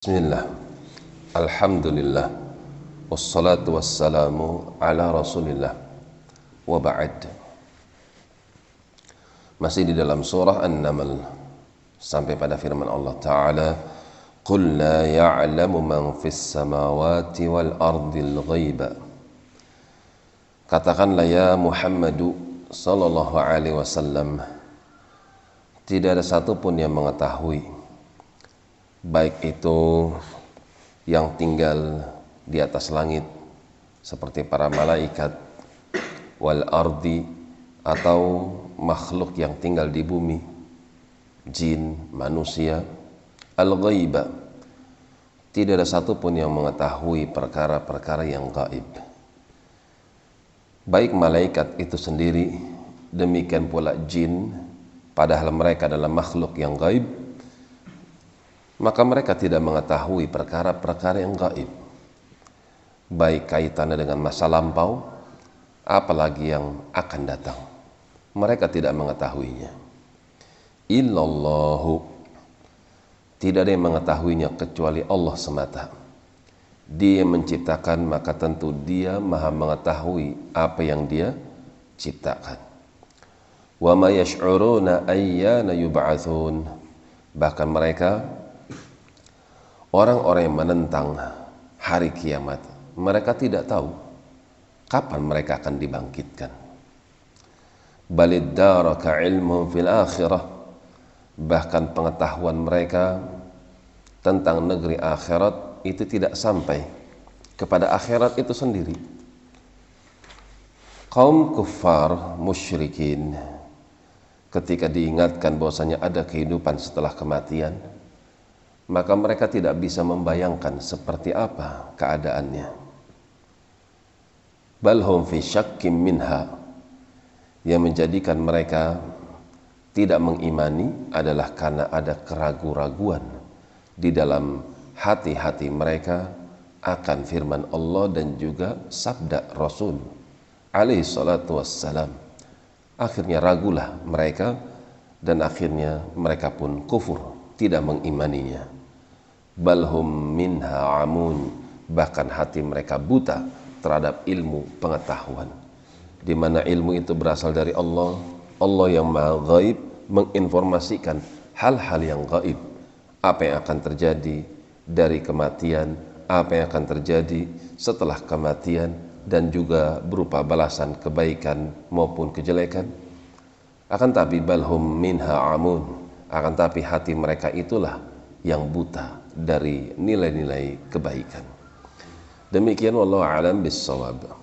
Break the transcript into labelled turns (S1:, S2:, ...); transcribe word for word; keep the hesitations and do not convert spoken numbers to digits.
S1: Bismillah, alhamdulillah, wassalatu wassalamu ala rasulillah, wa ba'd. Masih di dalam surah An-Naml, sampai pada firman Allah Ta'ala, Qul la ya'lamu man fis samawati wal ardil ghaiba. Katakanlah ya Muhammadu sallallahu alaihi wasallam, tidak ada satupun yang mengetahui, baik itu yang tinggal di atas langit seperti para malaikat, wal ardi, atau makhluk yang tinggal di bumi, jin, manusia, al-ghaiba, tidak ada satupun yang mengetahui perkara-perkara yang gaib, baik malaikat itu sendiri, demikian pula jin, padahal mereka adalah makhluk yang gaib, maka mereka tidak mengetahui perkara-perkara yang gaib, baik kaitannya dengan masa lampau, apalagi yang akan datang. Mereka tidak mengetahuinya. Illallahu, tidak ada yang mengetahuinya kecuali Allah semata. Dia yang menciptakan, maka tentu Dia maha mengetahui apa yang Dia ciptakan. Wa ma yash'uruna ayyana yub'atsun, bahkan mereka, orang-orang yang menentang hari kiamat, mereka tidak tahu kapan mereka akan dibangkitkan. Balid daraka ilmuhum fil akhirah, bahkan pengetahuan mereka tentang negeri akhirat itu tidak sampai kepada akhirat itu sendiri. Kaum kuffar musyrikin, ketika diingatkan bahwasanya ada kehidupan setelah kematian, maka mereka tidak bisa membayangkan seperti apa keadaannya. Balhum fi syakkim minha, yang menjadikan mereka tidak mengimani adalah karena ada keraguan-raguan di dalam hati-hati mereka akan firman Allah dan juga sabda Rasul alaihi salatu wassalam. Akhirnya ragulah mereka dan akhirnya mereka pun kufur, tidak mengimaninya. Balhum minha amun, bahkan hati mereka buta terhadap ilmu pengetahuan, di mana ilmu itu berasal dari Allah. Allah yang maha gaib menginformasikan hal-hal yang gaib, apa yang akan terjadi dari kematian, apa yang akan terjadi setelah kematian, dan juga berupa balasan kebaikan maupun kejelekan. Akan tapi balhum minha amun, akan tapi hati mereka itulah yang buta dari nilai-nilai kebaikan. Demikian wallahu a'lam bissawab.